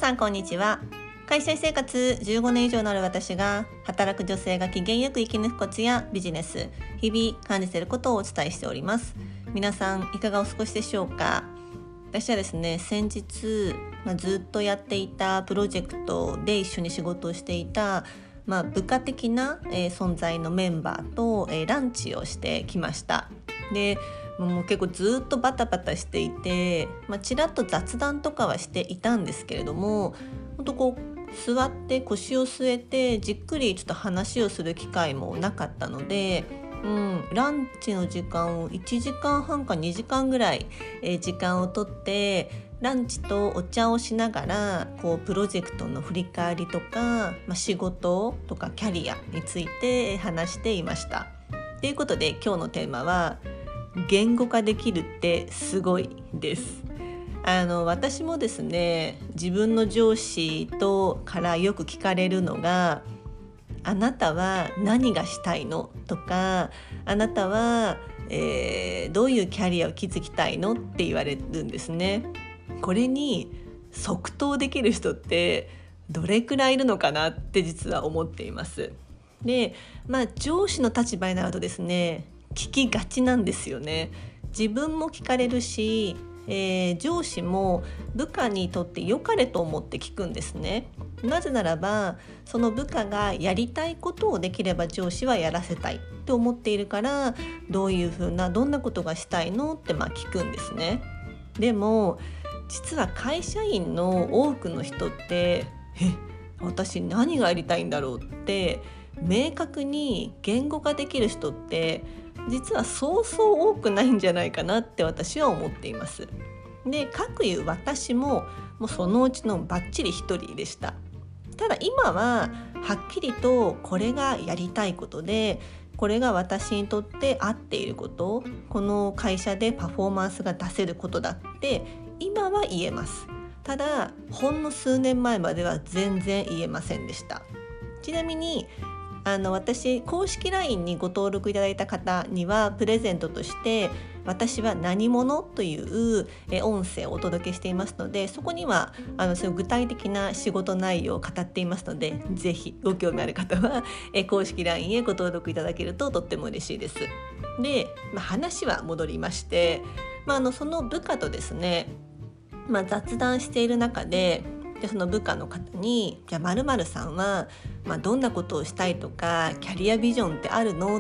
さんこんにちは。会社員生活15年以上のある私が、働く女性が機嫌よく生き抜くコツやビジネス、日々感じていることをお伝えしております。皆さんいかがお過ごしでしょうか。私はですね、先日、ずっとやっていたプロジェクトで一緒に仕事をしていた、部下的な、存在のメンバーと、ランチをしてきました。でもう結構ずっとバタバタしていて、ちらっと雑談とかはしていたんですけれども、本当座って腰を据えてじっくりちょっと話をする機会もなかったので、ランチの時間を1時間半か2時間ぐらい、時間をとってランチとお茶をしながらプロジェクトの振り返りとか、仕事とかキャリアについて話していました。ということで今日のテーマは言語化できるってすごいです。私もですね、自分の上司からよく聞かれるのが、あなたは何がしたいのとか、あなたは、どういうキャリアを築きたいのって言われるんですね。これに即答できる人ってどれくらいいるのかなって実は思っています。で、上司の立場になるとですね、聞きがちなんですよね。自分も聞かれるし、上司も部下にとって良かれと思って聞くんですね。なぜならばその部下がやりたいことをできれば上司はやらせたいと思っているから、どんなことがしたいのって聞くんですね。でも実は会社員の多くの人って私何がやりたいんだろうって明確に言語化できる人って実はそうそう多くないんじゃないかなって私は思っています。で、かくいう私もそのうちのバッチリ一人でした。ただ今ははっきりとこれがやりたいことで、これが私にとって合っていること、この会社でパフォーマンスが出せることだって今は言えます。ただほんの数年前までは全然言えませんでした。ちなみに私公式 LINE にご登録いただいた方にはプレゼントとして私は何者という音声をお届けしていますので、そこにはそういう具体的な仕事内容を語っていますので、ぜひご興味ある方は公式 LINE へご登録いただけるととっても嬉しいです。で、話は戻りまして、その部下とですね、雑談している中でその部下の方に、じゃあ〇〇さんは、どんなことをしたいとかキャリアビジョンってあるのって、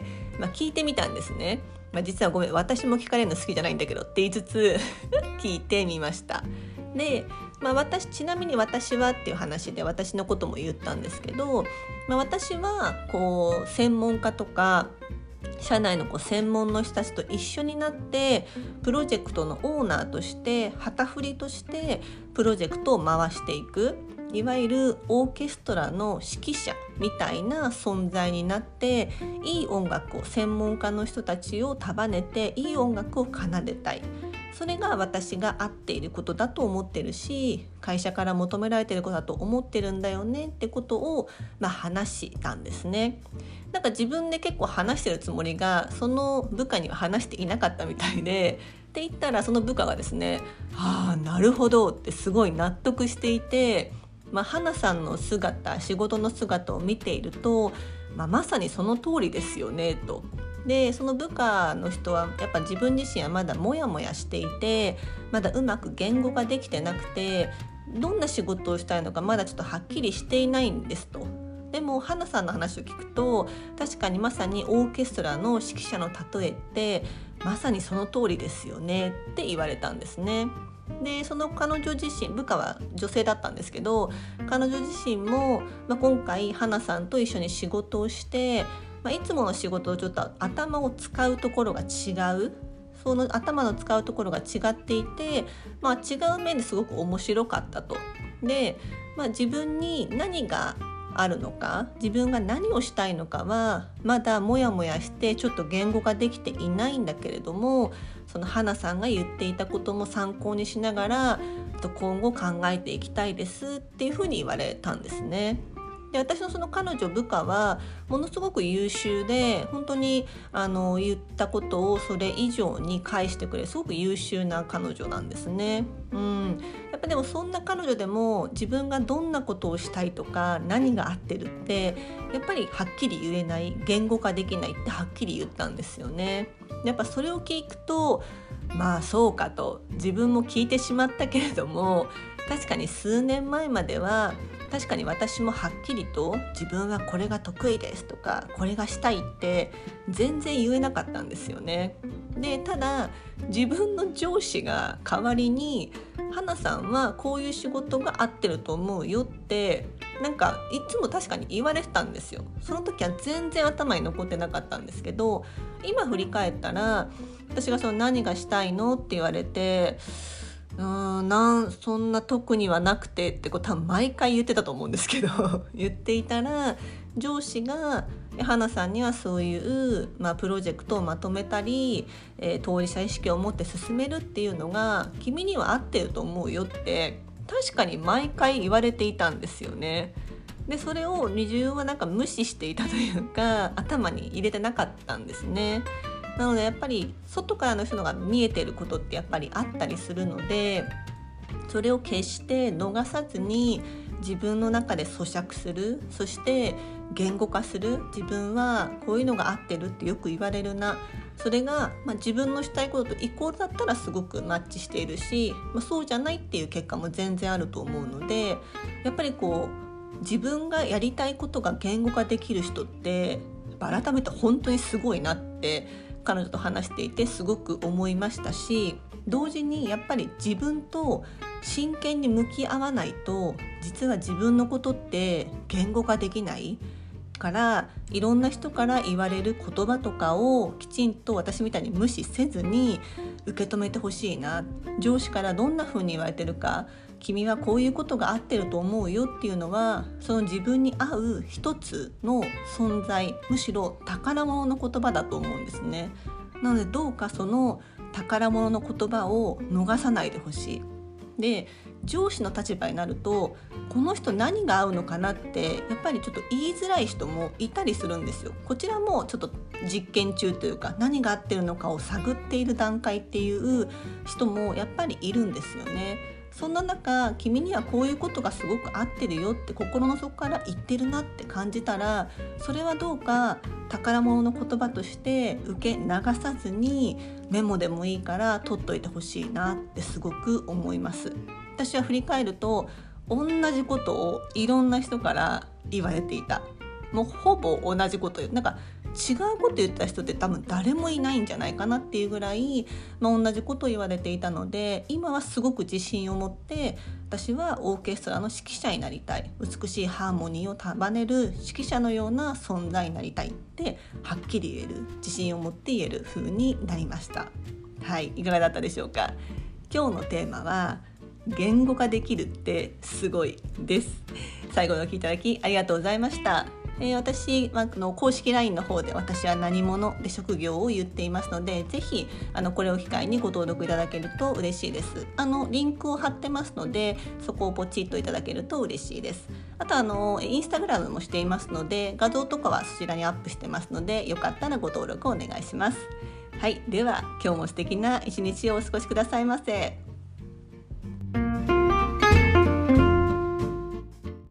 聞いてみたんですね。実はごめん、私も聞かれるの好きじゃないんだけどって言いつつ聞いてみました。で、ちなみに私はっていう話で私のことも言ったんですけど、私は専門家とか社内の専門の人たちと一緒になってプロジェクトのオーナーとして旗振りとしてプロジェクトを回していく、いわゆるオーケストラの指揮者みたいな存在になって、いい音楽を専門家の人たちを束ねていい音楽を奏でたい。それが私が合っていることだと思ってるし、会社から求められていることだと思ってるんだよねってことを話したんですね。自分で結構話してるつもりがその部下には話していなかったみたいで、って言ったらその部下がですね、なるほどってすごい納得していて、花さんの仕事の姿を見ていると、まさにその通りですよねと。で、その部下の人はやっぱ自分自身はまだモヤモヤしていて、まだうまく言語ができてなくて、どんな仕事をしたいのかまだちょっとはっきりしていないんですと。でも花さんの話を聞くと、確かにまさにオーケストラの指揮者の例えってまさにその通りですよねって言われたんですね。で、その彼女自身、部下は女性だったんですけど、彼女自身も、今回花さんと一緒に仕事をして、いつもの仕事をちょっと頭を使うところが違う、その頭の使うところが違っていて、違う面ですごく面白かったと。で、自分に何があるのか、自分が何をしたいのかはまだモヤモヤしてちょっと言語ができていないんだけれども、その花さんが言っていたことも参考にしながら今後考えていきたいですっていうふうに言われたんですね。 で、私のその彼女部下はものすごく優秀で、本当に言ったことをそれ以上に返してくれるすごく優秀な彼女なんですね。やっぱでもそんな彼女でも自分がどんなことをしたいとか何が合ってるってやっぱりはっきり言えない、言語化できないってはっきり言ったんですよね。やっぱそれを聞くと、まあそうかと自分も聞いてしまったけれども、確かに数年前までは確かに私もはっきりと自分はこれが得意ですとかこれがしたいって全然言えなかったんですよね。で、ただ自分の上司が代わりに花さんはこういう仕事が合ってると思うよってなんかいつも確かに言われてたんですよ。その時は全然頭に残ってなかったんですけど、今振り返ったら私がその何がしたいのって言われて、そんな特にはなくてって多分毎回言ってたと思うんですけど言っていたら上司が花さんにはそういう、プロジェクトをまとめたり、当事者意識を持って進めるっていうのが君には合ってると思うよって確かに毎回言われていたんですよね。でそれを自分はなんか無視していたというか頭に入れてなかったんですね。なのでやっぱり外からの人が見えてることってやっぱりあったりするので、それを決して逃さずに自分の中で咀嚼する、そして言語化する。自分はこういうのが合ってるってよく言われるな、それが、自分のしたいこととイコールだったらすごくマッチしているし、そうじゃないっていう結果も全然あると思うので、やっぱり自分がやりたいことが言語化できる人って改めて本当にすごいなって彼女と話していてすごく思いましたし、同時にやっぱり自分と真剣に向き合わないと実は自分のことって言語化できないから、いろんな人から言われる言葉とかをきちんと私みたいに無視せずに受け止めてほしいな。上司からどんな風に言われてるか、君はこういうことが合ってると思うよっていうのはその自分に合う一つの存在、むしろ宝物の言葉だと思うんですね。なのでどうかその宝物の言葉を逃さないでほしい。で、上司の立場になるとこの人何が合うのかなってやっぱりちょっと言いづらい人もいたりするんですよ。こちらもちょっと実験中というか何が合ってるのかを探っている段階っていう人もやっぱりいるんですよね。そんな中、君にはこういうことがすごく合ってるよって心の底から言ってるなって感じたら、それはどうか宝物の言葉として受け流さずにメモでもいいから取っといてほしいなってすごく思います。私は振り返ると同じことをいろんな人から言われていた。もうほぼ同じこと、なんか違うこと言った人って多分誰もいないんじゃないかなっていうぐらい、同じことを言われていたので、今はすごく自信を持って私はオーケストラの指揮者になりたい、美しいハーモニーを束ねる指揮者のような存在になりたいってはっきり言える、自信を持って言える風になりました。はい、いかがだったでしょうか。今日のテーマは言語化できるってすごいです。最後までお聞きいただきありがとうございました。私の公式 LINE の方で私は何者で職業を言っていますので、ぜひこれを機会にご登録いただけると嬉しいです。リンクを貼ってますのでそこをポチッといただけると嬉しいです。あとインスタグラムもしていますので画像とかはそちらにアップしてますので、よかったらご登録お願いします。はい、では今日も素敵な一日をお過ごしくださいませ。